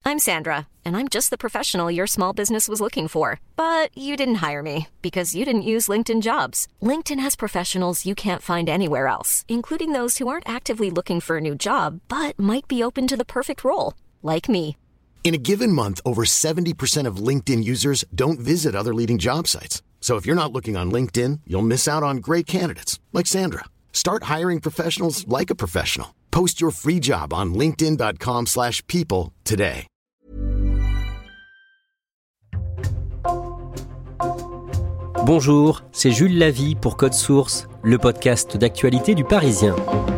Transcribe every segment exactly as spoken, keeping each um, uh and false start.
I'm Sandra, and I'm just the professional your small business was looking for. But you didn't hire me because you didn't use LinkedIn Jobs. LinkedIn has professionals you can't find anywhere else, including those who aren't actively looking for a new job, but might be open to the perfect role, like me. In a given month, over seventy percent of LinkedIn users don't visit other leading job sites. So if you're not looking on LinkedIn, you'll miss out on great candidates like Sandra. Start hiring professionals like a professional. Post your free job on linkedin dot com slash people today. Bonjour, c'est Jules Lavie pour Code Source, le podcast d'actualité du Parisien.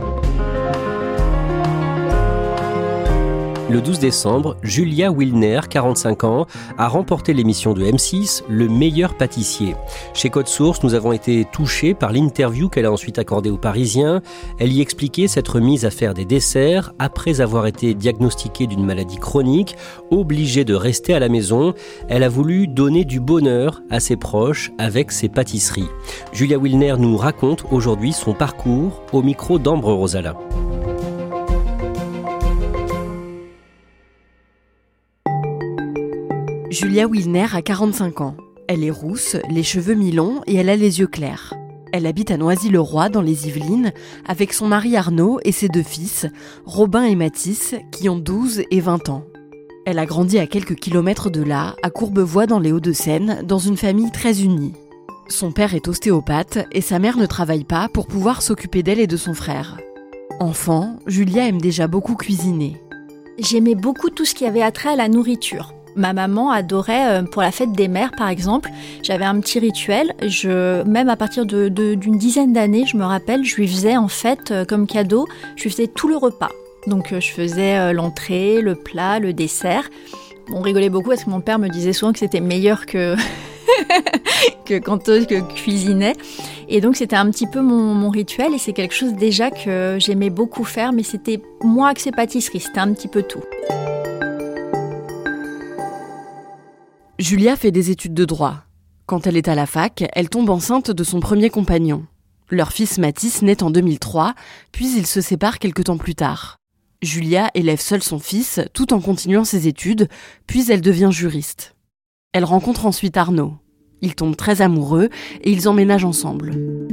Le douze décembre, Julia Wilner, quarante-cinq ans, a remporté l'émission de M six, Le meilleur pâtissier. Chez Code Source, nous avons été touchés par l'interview qu'elle a ensuite accordée aux Parisiens. Elle y expliquait s'être mise à faire des desserts après avoir été diagnostiquée d'une maladie chronique, obligée de rester à la maison. Elle a voulu donner du bonheur à ses proches avec ses pâtisseries. Julia Wilner nous raconte aujourd'hui son parcours au micro d'Ambre Rosala. Julia Wilner a quarante-cinq ans. Elle est rousse, les cheveux mi-longs et elle a les yeux clairs. Elle habite à Noisy-le-Roi, dans les Yvelines, avec son mari Arnaud et ses deux fils, Robin et Mathis, qui ont douze et vingt ans. Elle a grandi à quelques kilomètres de là, à Courbevoie dans les Hauts-de-Seine, dans une famille très unie. Son père est ostéopathe et sa mère ne travaille pas pour pouvoir s'occuper d'elle et de son frère. Enfant, Julia aime déjà beaucoup cuisiner. J'aimais beaucoup tout ce qui avait attrait à la nourriture. Ma maman adorait, euh, pour la fête des mères par exemple, j'avais un petit rituel. Je, même à partir de, de, d'une dizaine d'années, je me rappelle, je lui faisais en fait, euh, comme cadeau, je lui faisais tout le repas. Donc euh, je faisais euh, l'entrée, le plat, le dessert. On rigolait beaucoup parce que mon père me disait souvent que c'était meilleur que, que quand on que cuisinait. Et donc c'était un petit peu mon, mon rituel et c'est quelque chose déjà que j'aimais beaucoup faire, mais c'était moins que ces pâtisseries, c'était un petit peu tout. Julia fait des études de droit. Quand elle est à la fac, elle tombe enceinte de son premier compagnon. Leur fils Mathis naît en deux mille trois, puis ils se séparent quelque temps plus tard. Julia élève seule son fils, tout en continuant ses études, puis elle devient juriste. Elle rencontre ensuite Arnaud. Ils tombent très amoureux et ils emménagent ensemble.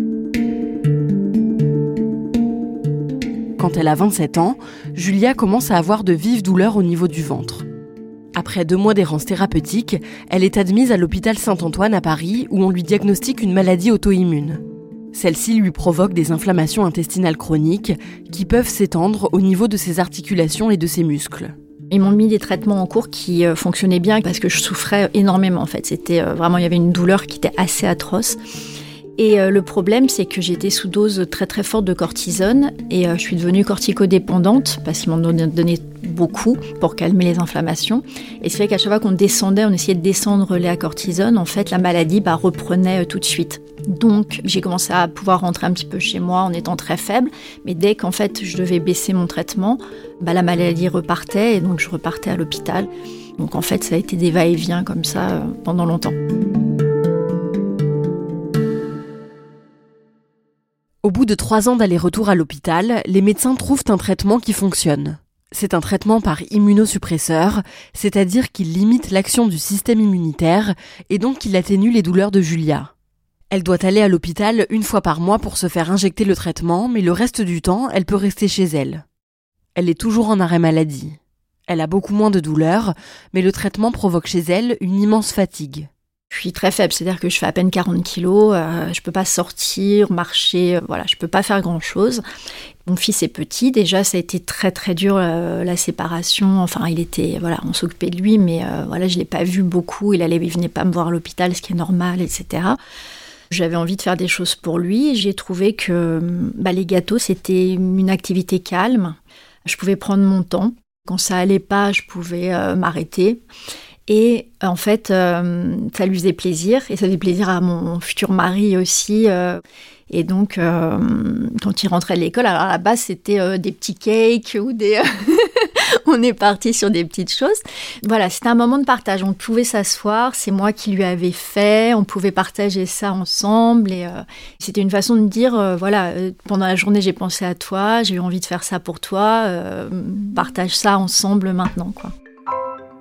Quand elle a vingt-sept ans, Julia commence à avoir de vives douleurs au niveau du ventre. Après deux mois d'errance thérapeutique, elle est admise à l'hôpital Saint-Antoine à Paris où on lui diagnostique une maladie auto-immune. Celle-ci lui provoque des inflammations intestinales chroniques qui peuvent s'étendre au niveau de ses articulations et de ses muscles. Ils m'ont mis des traitements en cours qui euh, fonctionnaient bien parce que je souffrais énormément en fait. C'était euh, vraiment, il y avait une douleur qui était assez atroce. Et euh, le problème, c'est que j'étais sous dose très très forte de cortisone et euh, je suis devenue corticodépendante parce qu'ils m'en ont donné beaucoup pour calmer les inflammations. Et c'est vrai qu'à chaque fois qu'on descendait, on essayait de descendre les à cortisone, en fait la maladie bah, reprenait euh, tout de suite. Donc j'ai commencé à pouvoir rentrer un petit peu chez moi en étant très faible, mais dès qu'en fait je devais baisser mon traitement, bah, la maladie repartait et donc je repartais à l'hôpital. Donc en fait ça a été des va-et-vient comme ça euh, pendant longtemps. Au bout de trois ans d'aller-retour à l'hôpital, les médecins trouvent un traitement qui fonctionne. C'est un traitement par immunosuppresseur, c'est-à-dire qu'il limite l'action du système immunitaire et donc qu'il atténue les douleurs de Julia. Elle doit aller à l'hôpital une fois par mois pour se faire injecter le traitement, mais le reste du temps, elle peut rester chez elle. Elle est toujours en arrêt maladie. Elle a beaucoup moins de douleurs, mais le traitement provoque chez elle une immense fatigue. Je suis très faible, c'est-à-dire que je fais à peine quarante kilos, euh, je peux pas sortir, marcher, euh, voilà, je peux pas faire grand-chose. Mon fils est petit, déjà ça a été très très dur euh, la séparation, enfin il était, voilà, on s'occupait de lui, mais euh, voilà, je l'ai pas vu beaucoup, il allait, il venait pas me voir à l'hôpital, ce qui est normal, et cetera. J'avais envie de faire des choses pour lui, j'ai trouvé que bah, les gâteaux c'était une activité calme, je pouvais prendre mon temps, quand ça allait pas, je pouvais euh, m'arrêter. Et en fait, euh, ça lui faisait plaisir, et ça faisait plaisir à mon futur mari aussi. Euh, et donc, euh, quand il rentrait de l'école, alors à la base, c'était euh, des petits cakes ou des... on est parti sur des petites choses. Voilà, c'était un moment de partage. On pouvait s'asseoir, c'est moi qui lui avais fait, on pouvait partager ça ensemble. Et euh, c'était une façon de dire, euh, voilà, euh, pendant la journée, j'ai pensé à toi, j'ai eu envie de faire ça pour toi, euh, partage ça ensemble maintenant, quoi.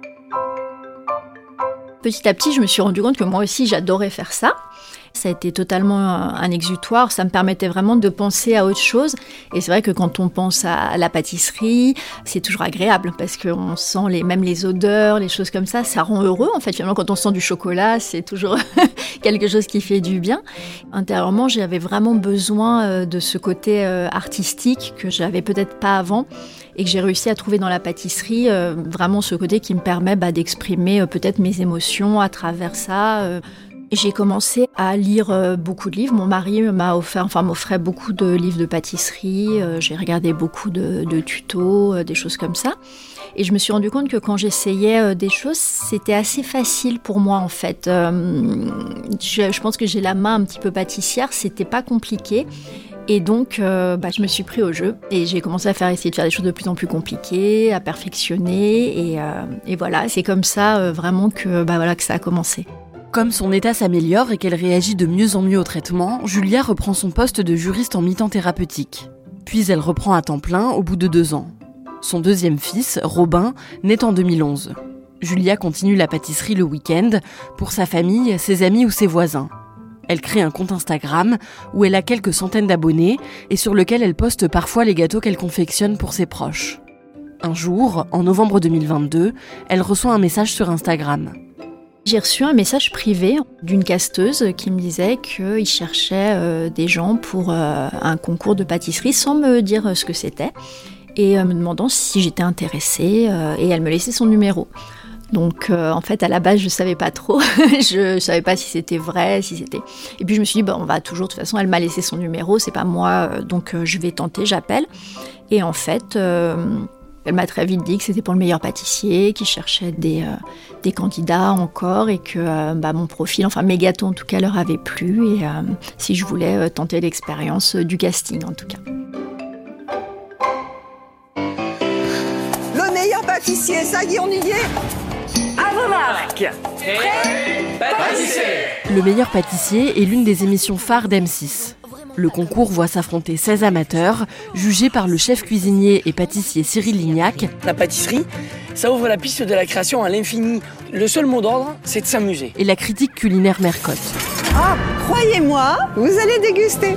Petit à petit, je me suis rendu compte que moi aussi, j'adorais faire ça. Ça a été totalement un exutoire, ça me permettait vraiment de penser à autre chose. Et c'est vrai que quand on pense à la pâtisserie, c'est toujours agréable parce qu'on sent les, même les odeurs, les choses comme ça, ça rend heureux en fait. Finalement, quand on sent du chocolat, c'est toujours quelque chose qui fait du bien. Intérieurement, j'avais vraiment besoin de ce côté artistique que j'avais peut-être pas avant et que j'ai réussi à trouver dans la pâtisserie, vraiment ce côté qui me permet bah, d'exprimer peut-être mes émotions à travers ça. J'ai commencé à lire euh, beaucoup de livres. Mon mari m'a offert, enfin m'offrait beaucoup de livres de pâtisserie. Euh, j'ai regardé beaucoup de, de tutos, euh, des choses comme ça. Et je me suis rendu compte que quand j'essayais euh, des choses, c'était assez facile pour moi en fait. Euh, je, je pense que j'ai la main un petit peu pâtissière, c'était pas compliqué. Et donc, euh, bah, je me suis pris au jeu et j'ai commencé à faire essayer de faire des choses de plus en plus compliquées, à perfectionner. Et, euh, et voilà, c'est comme ça euh, vraiment que, bah, voilà, que ça a commencé. Comme son état s'améliore et qu'elle réagit de mieux en mieux au traitement, Julia reprend son poste de juriste en mi-temps thérapeutique. Puis elle reprend à temps plein au bout de deux ans. Son deuxième fils, Robin, naît en deux mille onze. Julia continue la pâtisserie le week-end, pour sa famille, ses amis ou ses voisins. Elle crée un compte Instagram où elle a quelques centaines d'abonnés et sur lequel elle poste parfois les gâteaux qu'elle confectionne pour ses proches. Un jour, en novembre deux mille vingt-deux, elle reçoit un message sur Instagram. J'ai reçu un message privé d'une casteuse qui me disait qu'il cherchait euh, des gens pour euh, un concours de pâtisserie sans me dire ce que c'était et euh, me demandant si j'étais intéressée euh, et elle me laissait son numéro. Donc euh, en fait à la base je savais pas trop, je, je savais pas si c'était vrai, si c'était. Et puis je me suis dit bah on va toujours, de toute façon elle m'a laissé son numéro, c'est pas moi, euh, donc euh, je vais tenter, j'appelle. Et en fait euh, elle m'a très vite dit que c'était pour le meilleur pâtissier, qu'il cherchait des, euh, des candidats encore et que euh, bah, mon profil, enfin mes gâteaux en tout cas, leur avaient plu et euh, si je voulais euh, tenter l'expérience euh, du casting en tout cas. Le meilleur pâtissier, ça y est, on y est. À vos marques. Prêt, pâtissier. Le meilleur pâtissier est l'une des émissions phares d'M six. Le concours voit s'affronter seize amateurs, jugés par le chef cuisinier et pâtissier Cyril Lignac. La pâtisserie, ça ouvre la piste de la création à l'infini. Le seul mot d'ordre, c'est de s'amuser. Et la critique culinaire Mercotte. Ah, croyez-moi, vous allez déguster.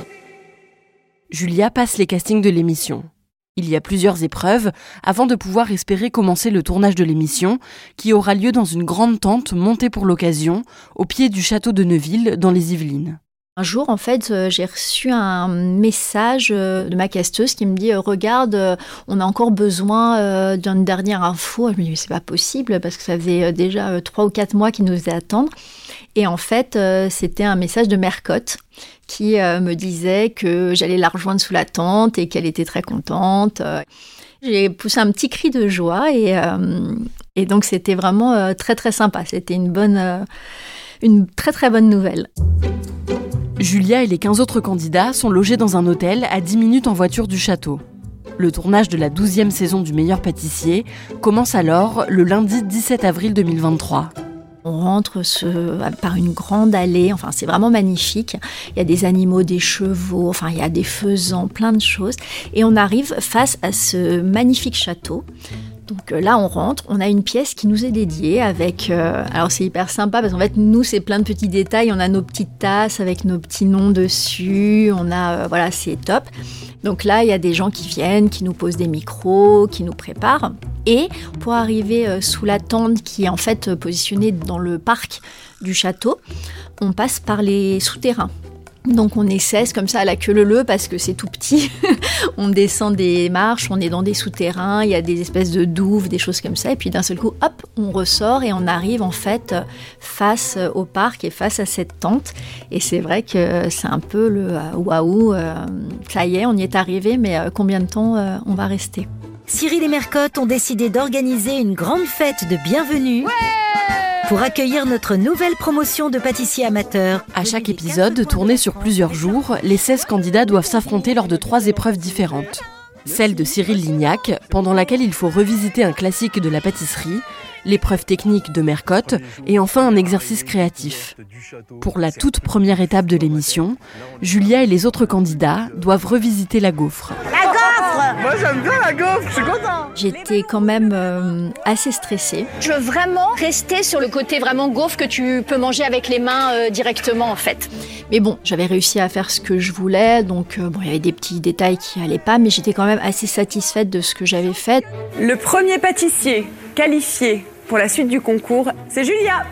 Julia passe les castings de l'émission. Il y a plusieurs épreuves avant de pouvoir espérer commencer le tournage de l'émission, qui aura lieu dans une grande tente montée pour l'occasion, au pied du château de Neuville, dans les Yvelines. Un jour, en fait, euh, j'ai reçu un message euh, de ma casteuse qui me dit euh, « Regarde, euh, on a encore besoin euh, d'une dernière info. » Je me dis « Mais c'est pas possible parce que ça faisait euh, déjà euh, trois ou quatre mois qu'ils nous faisaient attendre. » Et en fait, euh, c'était un message de Mercotte qui euh, me disait que j'allais la rejoindre sous la tente et qu'elle était très contente. Euh, J'ai poussé un petit cri de joie et, euh, et donc c'était vraiment euh, très très sympa. C'était une bonne, euh, une très très bonne nouvelle. Julia et les quinze autres candidats sont logés dans un hôtel à dix minutes en voiture du château. Le tournage de la douzième saison du meilleur pâtissier commence alors le lundi dix-sept avril deux mille vingt-trois. On rentre ce, par une grande allée, enfin c'est vraiment magnifique. Il y a des animaux, des chevaux, enfin il y a des faisans, plein de choses. Et on arrive face à ce magnifique château. Donc là, on rentre, on a une pièce qui nous est dédiée avec... Euh, alors c'est hyper sympa parce qu'en fait, nous, c'est plein de petits détails. On a nos petites tasses avec nos petits noms dessus. On a... Euh, voilà, c'est top. Donc là, il y a des gens qui viennent, qui nous posent des micros, qui nous préparent. Et pour arriver euh, sous la tente qui est en fait positionnée dans le parc du château, on passe par les souterrains. Donc on essaie comme ça à la queue leu-leu parce que c'est tout petit. On descend des marches, on est dans des souterrains, il y a des espèces de douves, des choses comme ça. Et puis d'un seul coup, hop, on ressort et on arrive en fait face au parc et face à cette tente. Et c'est vrai que c'est un peu le euh, waouh, euh, ça y est, on y est arrivé, mais euh, combien de temps euh, on va rester ? Cyril et Mercotte ont décidé d'organiser une grande fête de bienvenue. Ouais ! Pour accueillir notre nouvelle promotion de pâtissiers amateurs. À chaque épisode, tourné sur plusieurs jours, les seize candidats doivent s'affronter lors de trois épreuves différentes. Celle de Cyril Lignac, pendant laquelle il faut revisiter un classique de la pâtisserie, l'épreuve technique de Mercotte et enfin un exercice créatif. Pour la toute première étape de l'émission, Julia et les autres candidats doivent revisiter la gaufre. La gaufre, gaufre. Moi j'aime bien la gaufre, je suis content. J'étais quand même euh, assez stressée. Je veux vraiment rester sur le côté vraiment gaufre que tu peux manger avec les mains euh, directement en fait. Mais bon, j'avais réussi à faire ce que je voulais, donc euh, bon, il y avait des petits détails qui allaient pas, mais j'étais quand même assez satisfaite de ce que j'avais fait. Le premier pâtissier qualifié pour la suite du concours, c'est Julia.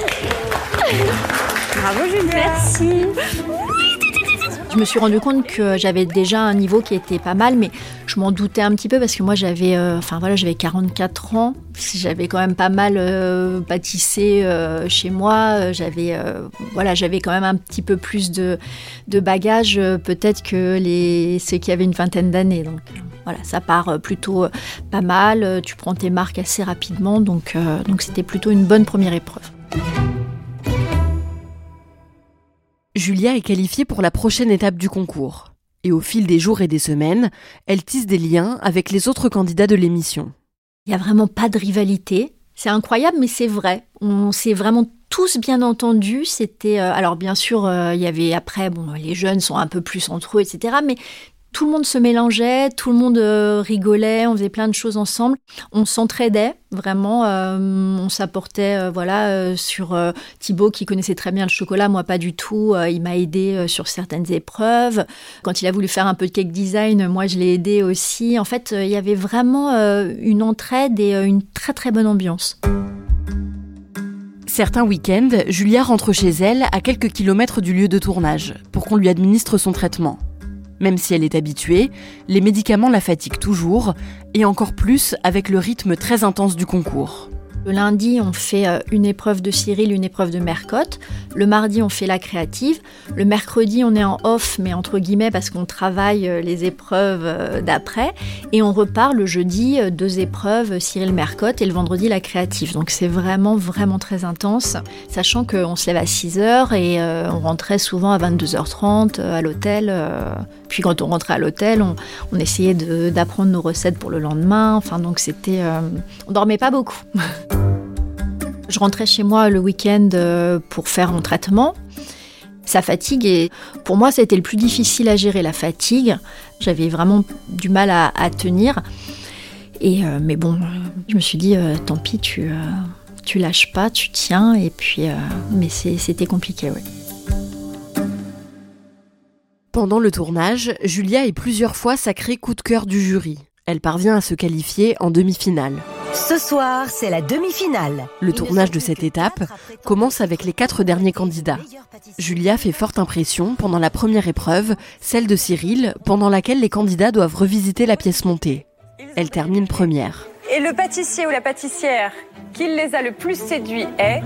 Bravo Julia. Merci. Je me suis rendu compte que j'avais déjà un niveau qui était pas mal, mais je m'en doutais un petit peu parce que moi j'avais, euh, enfin voilà, j'avais quarante-quatre ans, j'avais quand même pas mal euh, pâtissé euh, chez moi, j'avais, euh, voilà, j'avais quand même un petit peu plus de, de bagages euh, peut-être que les ceux qui avaient une vingtaine d'années. Donc euh, voilà, ça part plutôt euh, pas mal. Tu prends tes marques assez rapidement, donc euh, donc c'était plutôt une bonne première épreuve. Julia est qualifiée pour la prochaine étape du concours. Et au fil des jours et des semaines, elle tisse des liens avec les autres candidats de l'émission. Il n'y a vraiment pas de rivalité. C'est incroyable, mais c'est vrai. On s'est vraiment tous bien entendus. C'était, euh, alors bien sûr, euh, il y avait après, bon, les jeunes sont un peu plus entre eux, et cetera. Mais tout le monde se mélangeait, tout le monde euh, rigolait, on faisait plein de choses ensemble. On s'entraidait, vraiment. Euh, on s'apportait, euh, voilà, euh, sur euh, Thibaut qui connaissait très bien le chocolat, moi pas du tout. Euh, il m'a aidé euh, sur certaines épreuves. Quand il a voulu faire un peu de cake design, moi je l'ai aidé aussi. En fait, euh, il y avait vraiment euh, une entraide et euh, une très très bonne ambiance. Certains week-ends, Julia rentre chez elle à quelques kilomètres du lieu de tournage pour qu'on lui administre son traitement. Même si elle est habituée, les médicaments la fatiguent toujours, et encore plus avec le rythme très intense du concours. Le lundi, on fait une épreuve de Cyril, une épreuve de Mercotte. Le mardi, on fait la créative. Le mercredi, on est en off, mais entre guillemets, parce qu'on travaille les épreuves d'après. Et on repart le jeudi, deux épreuves, Cyril, Mercotte, et le vendredi, la créative. Donc c'est vraiment, vraiment très intense, sachant qu'on se lève à six heures et euh, on rentrait souvent à vingt-deux heures trente à l'hôtel. Euh, puis quand on rentrait à l'hôtel, on, on essayait de, d'apprendre nos recettes pour le lendemain. Enfin, donc c'était... Euh, on dormait pas beaucoup. Je rentrais chez moi le week-end pour faire mon traitement. Ça fatigue et pour moi, ça a été le plus difficile à gérer, la fatigue. J'avais vraiment du mal à, à tenir. Et, euh, mais bon, je me suis dit, euh, tant pis, tu, euh, tu lâches pas, tu tiens. Et puis, euh, mais c'est, c'était compliqué, oui. Pendant le tournage, Julia est plusieurs fois sacrée coup de cœur du jury. Elle parvient à se qualifier en demi-finale. Ce soir, c'est la demi-finale. Le tournage de cette étape commence avec les quatre derniers candidats. Julia fait forte impression pendant la première épreuve, celle de Cyril, pendant laquelle les candidats doivent revisiter la pièce montée. Elle termine première. Et le pâtissier ou la pâtissière qui les a le plus séduits est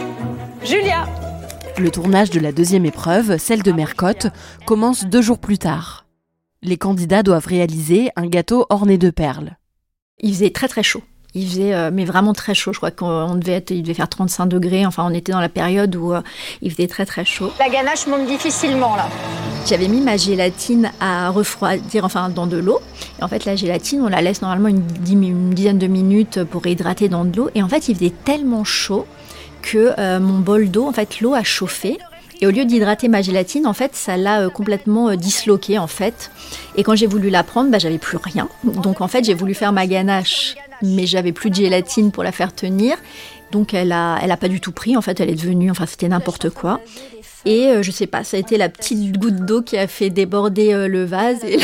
Julia. Le tournage de la deuxième épreuve, celle de Mercotte, commence deux jours plus tard. Les candidats doivent réaliser un gâteau orné de perles. Il faisait très très chaud. Il faisait, euh, mais vraiment très chaud. Je crois qu'on devait être, il devait faire trente-cinq degrés. Enfin, on était dans la période où euh, il faisait très très chaud. La ganache monte difficilement là. J'avais mis ma gélatine à refroidir, enfin dans de l'eau. Et en fait, la gélatine, on la laisse normalement une, une dizaine de minutes pour réhydrater dans de l'eau. Et en fait, il faisait tellement chaud que euh, mon bol d'eau, en fait, l'eau a chauffé. Et au lieu d'hydrater ma gélatine, en fait, ça l'a euh, complètement euh, disloquée, en fait. Et quand j'ai voulu la prendre, bah, j'avais plus rien. Donc, en fait, j'ai voulu faire ma ganache, mais j'avais plus de gélatine pour la faire tenir. Donc, elle a, elle a pas du tout pris. En fait, elle est devenue, enfin, c'était n'importe quoi. Et euh, je sais pas, ça a été la petite goutte d'eau qui a fait déborder euh, le vase. Et là,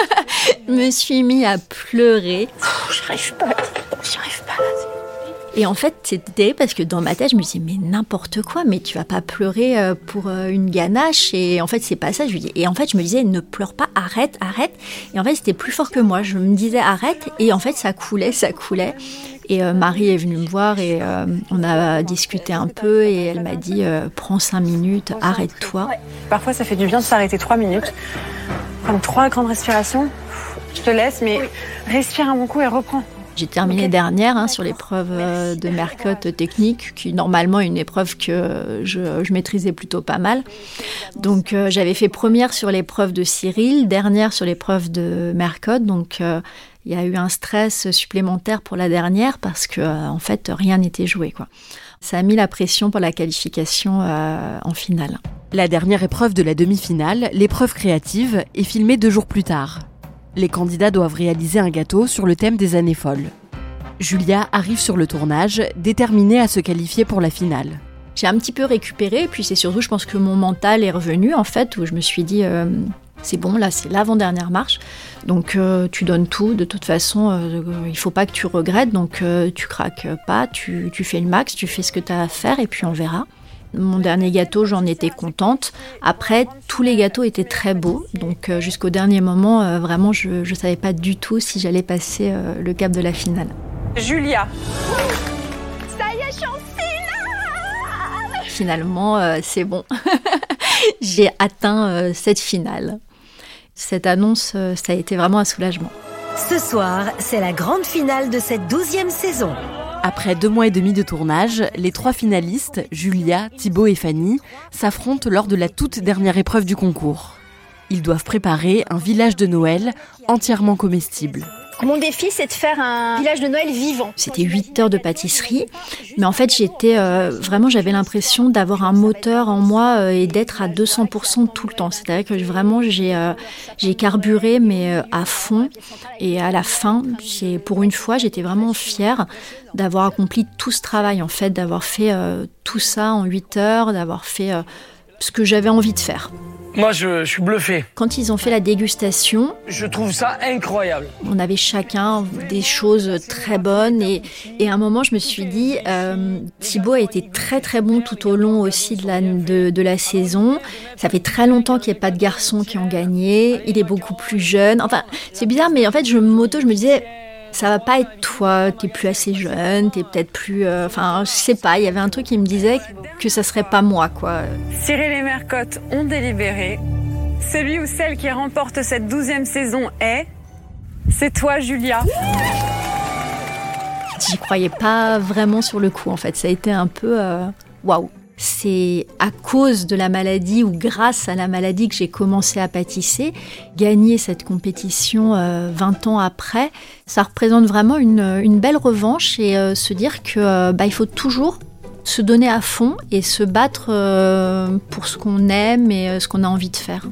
je me suis mis à pleurer. Oh, j'y arrive pas, j'y arrive pas là. Et en fait, c'était parce que dans ma tête, je me disais, mais n'importe quoi, mais tu vas pas pleurer pour une ganache. Et en fait, c'est pas ça. Je lui dis, et en fait, je me disais, ne pleure pas, arrête, arrête. Et en fait, c'était plus fort que moi. Je me disais, arrête. Et en fait, ça coulait, ça coulait. Et euh, Marie est venue me voir et euh, on a discuté un peu. Et elle m'a dit, euh, prends cinq minutes, arrête-toi. Parfois, ça fait du bien de s'arrêter trois minutes. Prendre trois grandes respirations. Je te laisse, mais respire un bon coup et reprends. J'ai terminé okay. dernière hein, sur l'épreuve euh, de Mercotte technique, qui normalement est une épreuve que je, je maîtrisais plutôt pas mal. Donc euh, j'avais fait première sur l'épreuve de Cyril, dernière sur l'épreuve de Mercotte. Donc il euh, y a eu un stress supplémentaire pour la dernière parce que euh, en fait rien n'était joué, quoi. Ça a mis la pression pour la qualification euh, en finale. La dernière épreuve de la demi-finale, l'épreuve créative, est filmée deux jours plus tard. Les candidats doivent réaliser un gâteau sur le thème des années folles. Julia arrive sur le tournage, déterminée à se qualifier pour la finale. J'ai un petit peu récupéré, puis c'est surtout, je pense que mon mental est revenu, en fait, où je me suis dit, euh, c'est bon, là, c'est l'avant-dernière marche, donc euh, tu donnes tout, de toute façon, euh, il ne faut pas que tu regrettes, donc euh, tu craques pas, tu, tu fais le max, tu fais ce que tu as à faire, et puis on verra. Mon dernier gâteau, j'en étais contente. Après, tous les gâteaux étaient très beaux, donc euh, jusqu'au dernier moment, euh, vraiment, je ne savais pas du tout si j'allais passer euh, le cap de la finale. Julia. Ça y est, je suis en finale. Finalement, euh, c'est bon. J'ai atteint euh, cette finale. Cette annonce, euh, ça a été vraiment un soulagement. Ce soir, c'est la grande finale de cette douzième saison. Après deux mois et demi de tournage, les trois finalistes, Julia, Thibaut et Fanny, s'affrontent lors de la toute dernière épreuve du concours. Ils doivent préparer un village de Noël entièrement comestible. Mon défi, c'est de faire un village de Noël vivant. C'était huit heures de pâtisserie, mais en fait, j'étais euh, vraiment, j'avais l'impression d'avoir un moteur en moi euh, et d'être à deux cents pour cent tout le temps. C'est-à-dire que vraiment, j'ai, euh, j'ai carburé, mais euh, à fond. Et à la fin, j'ai, pour une fois, j'étais vraiment fière d'avoir accompli tout ce travail, en fait, d'avoir fait euh, tout ça en huit heures, d'avoir fait euh, ce que j'avais envie de faire. Moi, je, je suis bluffé. Quand ils ont fait la dégustation, je trouve ça incroyable. On avait chacun des choses très bonnes et, et à un moment, je me suis dit, euh, Thibaut a été très très bon tout au long aussi de la, de, de la saison. Ça fait très longtemps qu'il n'y a pas de garçons qui ont gagné. Il est beaucoup plus jeune. Enfin, c'est bizarre, mais en fait, je m'auto, je me disais... Ça va pas être toi, t'es plus assez jeune, t'es peut-être plus... Euh, enfin, je sais pas, il y avait un truc qui me disait que ça serait pas moi, quoi. Cyril et Mercotte ont délibéré. Celui ou celle qui remporte cette douzième saison est... C'est toi, Julia. J'y croyais pas vraiment sur le coup, en fait. Ça a été un peu... Euh, waouh. C'est à cause de la maladie ou grâce à la maladie que j'ai commencé à pâtisser. Gagner cette compétition euh, vingt ans après, ça représente vraiment une, une belle revanche et euh, se dire que euh, bah, il faut toujours se donner à fond et se battre euh, pour ce qu'on aime et euh, ce qu'on a envie de faire.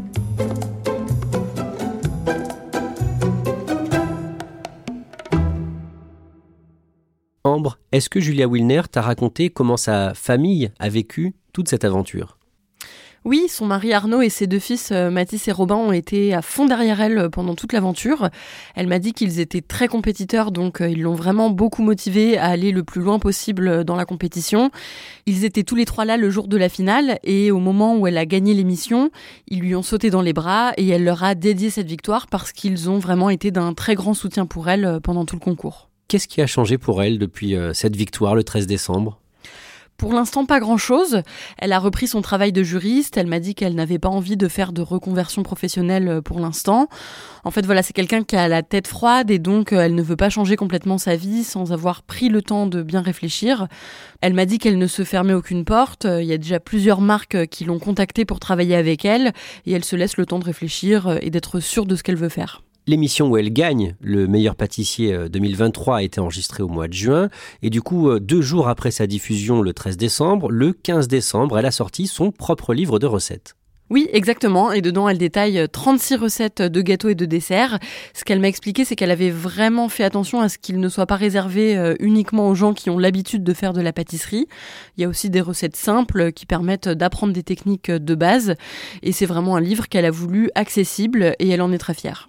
Ambre, est-ce que Julia Wilner t'a raconté comment sa famille a vécu toute cette aventure ? Oui, son mari Arnaud et ses deux fils Mathis et Robin ont été à fond derrière elle pendant toute l'aventure. Elle m'a dit qu'ils étaient très compétiteurs, donc ils l'ont vraiment beaucoup motivée à aller le plus loin possible dans la compétition. Ils étaient tous les trois là le jour de la finale et au moment où elle a gagné l'émission, ils lui ont sauté dans les bras et elle leur a dédié cette victoire parce qu'ils ont vraiment été d'un très grand soutien pour elle pendant tout le concours. Qu'est-ce qui a changé pour elle depuis cette victoire le treize décembre ? Pour l'instant, pas grand-chose. Elle a repris son travail de juriste. Elle m'a dit qu'elle n'avait pas envie de faire de reconversion professionnelle pour l'instant. En fait, voilà, c'est quelqu'un qui a la tête froide et donc elle ne veut pas changer complètement sa vie sans avoir pris le temps de bien réfléchir. Elle m'a dit qu'elle ne se fermait aucune porte. Il y a déjà plusieurs marques qui l'ont contactée pour travailler avec elle et elle se laisse le temps de réfléchir et d'être sûre de ce qu'elle veut faire. L'émission où elle gagne le meilleur pâtissier deux mille vingt-trois a été enregistrée au mois de juin et du coup, deux jours après sa diffusion le treize décembre, le quinze décembre, elle a sorti son propre livre de recettes. Oui, exactement. Et dedans, elle détaille trente-six recettes de gâteaux et de desserts. Ce qu'elle m'a expliqué, c'est qu'elle avait vraiment fait attention à ce qu'il ne soit pas réservé uniquement aux gens qui ont l'habitude de faire de la pâtisserie. Il y a aussi des recettes simples qui permettent d'apprendre des techniques de base. Et c'est vraiment un livre qu'elle a voulu accessible et elle en est très fière.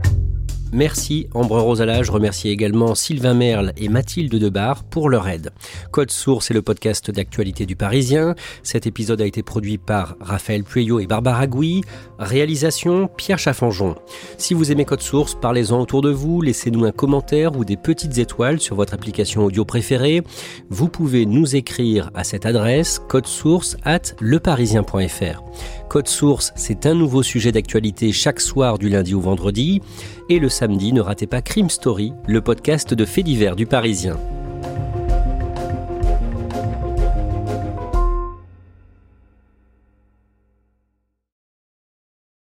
Merci Ambre Rosala, je remercie également Sylvain Merle et Mathilde Debar pour leur aide. Code Source est le podcast d'actualité du Parisien. Cet épisode a été produit par Raphaël Pueyo et Barbara Gouy. Réalisation Pierre Chaffanjon. Si vous aimez Code Source, parlez-en autour de vous, laissez-nous un commentaire ou des petites étoiles sur votre application audio préférée. Vous pouvez nous écrire à cette adresse codesource arobase leparisien point fr. Code Source, c'est un nouveau sujet d'actualité chaque soir du lundi au vendredi. Et le samedi, ne ratez pas Crime Story, le podcast de faits divers du Parisien.